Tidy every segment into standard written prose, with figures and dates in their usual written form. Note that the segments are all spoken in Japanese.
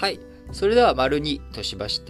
はい。それでは、丸2としまして、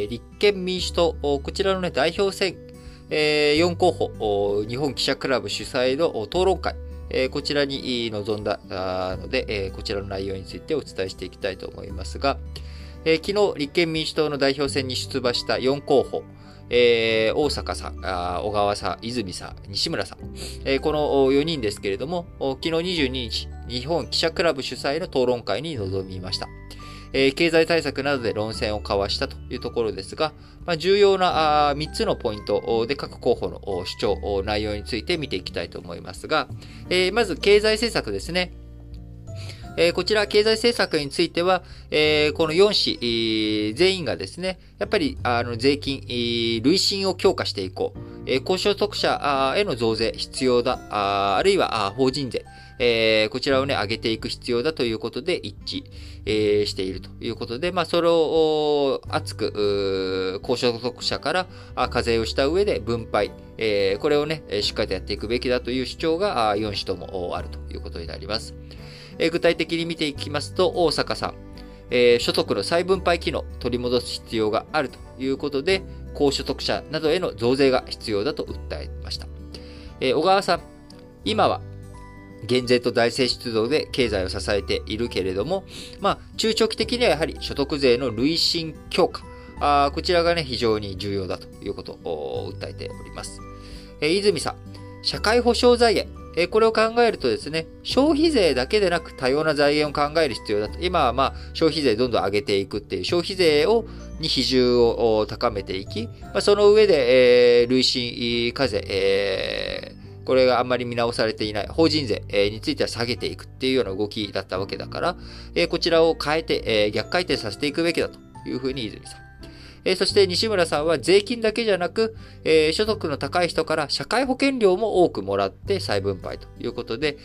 立憲民主党、こちらのね、代表選、4候補、日本記者クラブ主催の討論会、こちらに臨んだので、こちらの内容についてお伝えしていきたいと思いますが、昨日、立憲民主党の代表選に出馬した4候補、大坂さん、小川さん、泉さん、西村さん、この4人ですけれども、昨日22日、日本記者クラブ主催の討論会に臨みました。経済対策などで論戦を交わしたというところですが、重要な3つのポイントで各候補の主張、内容について見ていきたいと思いますが、まず経済政策ですね。こちら経済政策については、この4氏、全員がですね、やっぱり税金、累進を強化していこう。高所得者への増税必要だ。あるいは法人税。こちらをね、上げていく必要だということで一致、しているということで、それを厚く、高所得者から課税をした上で分配、これをね、しっかりとやっていくべきだという主張が4氏ともあるということになります。具体的に見ていきますと、大坂さん、所得の再分配機能を取り戻す必要があるということで、高所得者などへの増税が必要だと訴えました。小川さん、今は減税と財政出動で経済を支えているけれども、中長期的にはやはり所得税の累進強化、こちらがね、非常に重要だということを訴えております。泉さん、社会保障財源、これを考えるとですね、消費税だけでなく多様な財源を考える必要だと。今は消費税どんどん上げていくっていう消費税に比重を高めていき、その上で、累進課税、これがあんまり見直されていない法人税については下げていくっていうような動きだったわけだから、こちらを変えて、逆回転させていくべきだというふうに泉さん。そして西村さんは税金だけじゃなく、所得の高い人から社会保険料も多くもらって再分配ということで、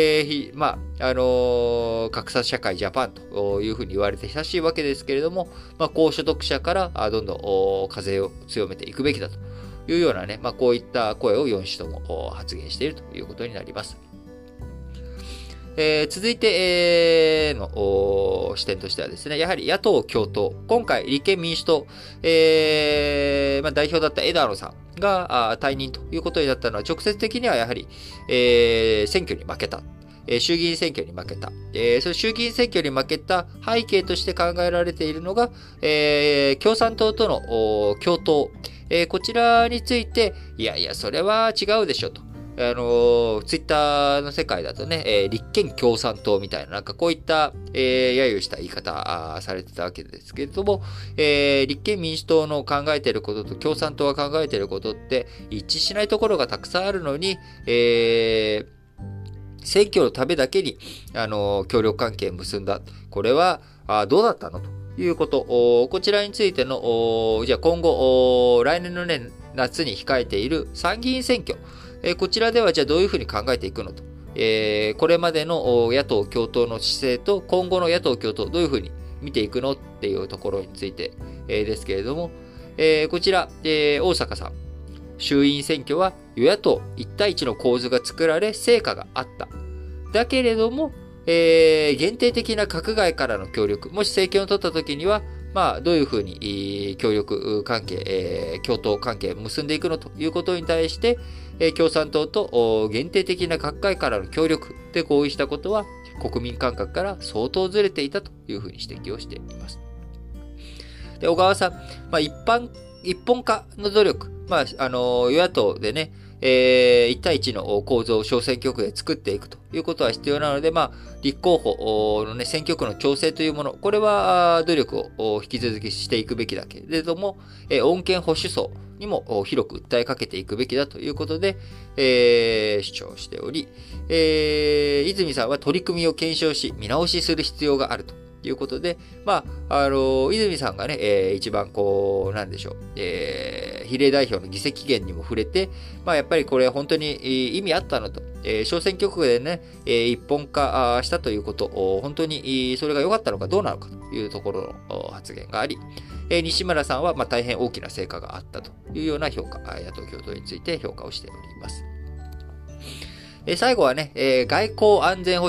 格差社会ジャパンというふうに言われて久しいわけですけれども、高所得者からどんどん課税を強めていくべきだというようなね、こういった声を4氏とも発言しているということになります。続いて、の視点としてはですね、やはり野党共闘。今回、立憲民主党、代表だった枝野さんが退任ということになったのは、直接的にはやはり、選挙に負けた。衆議院選挙に負けた。その衆議院選挙に負けた背景として考えられているのが、共産党との共闘。こちらについて、いやいや、それは違うでしょと。ツイッターの世界だとね、立憲共産党みたいな、こういった、揶揄した言い方されてたわけですけれども、立憲民主党の考えていることと共産党が考えていることって一致しないところがたくさんあるのに、選挙のためだけに、協力関係を結んだ。これは、どうだったのということ。こちらについての、じゃあ今後、来年のね、夏に控えている参議院選挙。こちらではじゃあどういうふうに考えていくのと。これまでの野党共闘の姿勢と今後の野党共闘どういうふうに見ていくのっていうところについて、ですけれども、こちら、大阪さん。衆院選挙は与野党1対1の構図が作られ成果があった。だけれども、限定的な閣外からの協力、もし政権を取った時には、どういうふうに協力関係、共闘関係を結んでいくのということに対して、共産党と限定的な閣外からの協力で合意したことは、国民感覚から相当ずれていたというふうに指摘をしています。で、小川さん、一本化の努力、与野党でね、1対1の構造を小選挙区で作っていくということは必要なので、立候補のね、選挙区の調整というもの、これは努力を引き続きしていくべきだけれども、穏健保守層にも広く訴えかけていくべきだということで、主張しており、泉さんは取り組みを検証し、見直しする必要があるということで、泉さんがね、一番なんでしょう、比例代表の議席減にも触れて、やっぱりこれ本当に意味あったのと、小選挙区でね、一本化したということ、本当にそれが良かったのかどうなのかというところの発言があり、西村さんは大変大きな成果があったというような評価、野党共闘について評価をしております。最後はね、外交安全保障。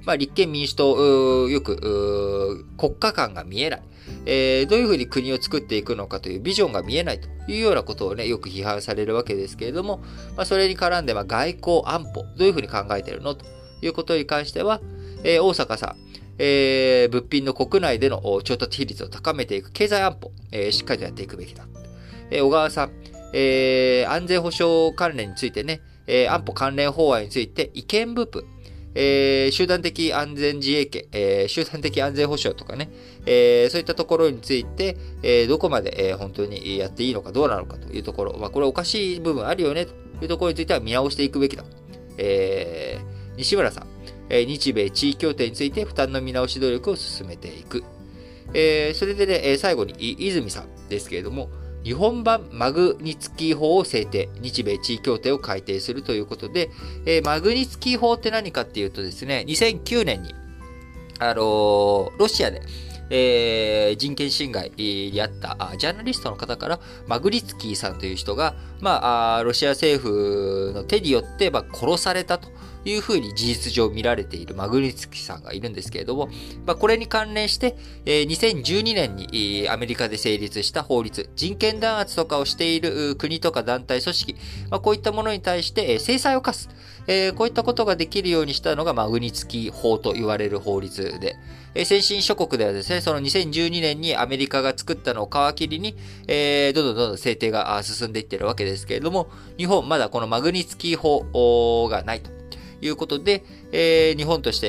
立憲民主党、よく、国家観が見えない。どういうふうに国を作っていくのかというビジョンが見えないというようなことをね、よく批判されるわけですけれども、それに絡んで、外交安保、どういうふうに考えているのということに関しては、大阪さん、物品の国内での調達比率を高めていく経済安保、しっかりとやっていくべきだ。小川さん、安全保障関連についてね、安保関連法案について意見分布、集団的安全自衛権、集団的安全保障とかね、そういったところについて、どこまで、本当にやっていいのかどうなのかというところ、これおかしい部分あるよねというところについては見直していくべきだ。西村さん、日米地位協定について負担の見直し努力を進めていく。それでね、最後に泉さんですけれども、日本版マグニツキー法を制定、日米地位協定を改定するということで、マグニツキー法って何かっていうとですね、2009年に、ロシアで、人権侵害にあったジャーナリストの方から、マグニツキーさんという人が、ロシア政府の手によって、殺されたというふうに事実上見られているマグニツキーさんがいるんですけれども、これに関連して、2012年にアメリカで成立した法律、人権弾圧とかをしている国とか団体組織、こういったものに対して制裁を科す、こういったことができるようにしたのがマグニツキー法と言われる法律で、先進諸国ではですね、その2012年にアメリカが作ったのを皮切りに、どんどん制定が進んでいっているわけですけれども、日本まだこのマグニツキー法がないということで、日本として、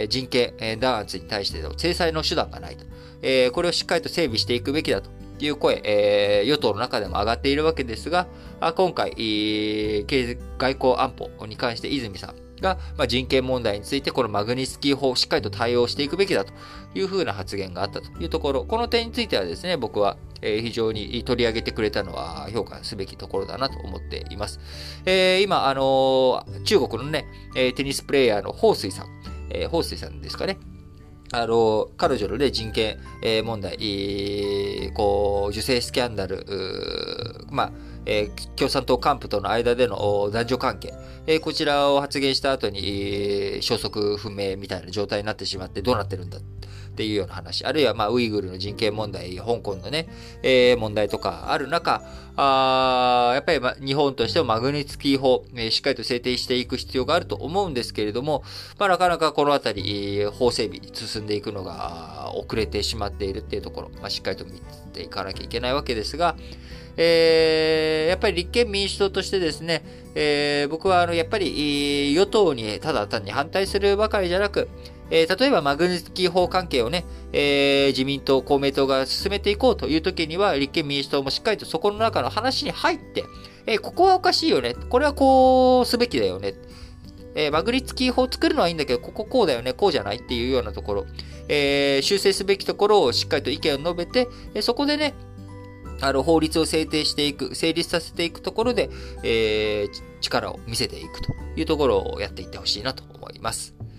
人権弾圧に対しての制裁の手段がないと、これをしっかりと整備していくべきだという声、与党の中でも上がっているわけですが、今回、外交安保に関して泉さんが、人権問題についてこのマグニツキー法をしっかりと対応していくべきだというふうな発言があったというところ、この点についてはですね、僕は非常に取り上げてくれたのは評価すべきところだなと思っています。今、中国のね、テニスプレイヤーの彭帥さんですかね。彼女のね、人権問題、受精スキャンダル、共産党幹部との間での男女関係、こちらを発言した後に、消息不明みたいな状態になってしまってどうなってるんだっていうような話、あるいはウイグルの人権問題、香港のね、問題とかある中、やっぱり日本としてもマグニツキー法、しっかりと制定していく必要があると思うんですけれども、なかなかこのあたり、法整備に進んでいくのが遅れてしまっているっていうところ、しっかりと見ていかなきゃいけないわけですが、やっぱり立憲民主党としてですね、僕はやっぱり与党にただ単に反対するばかりじゃなく、例えばマグニツキー法関係をね、自民党、公明党が進めていこうという時には、立憲民主党もしっかりとそこの中の話に入って、ここはおかしいよね。これはこうすべきだよね。マグニツキー法を作るのはいいんだけど、こここうだよね、こうじゃないっていうようなところ、修正すべきところをしっかりと意見を述べて、そこでね、法律を制定していく、成立させていくところで、力を見せていくというところをやっていってほしいなと思います。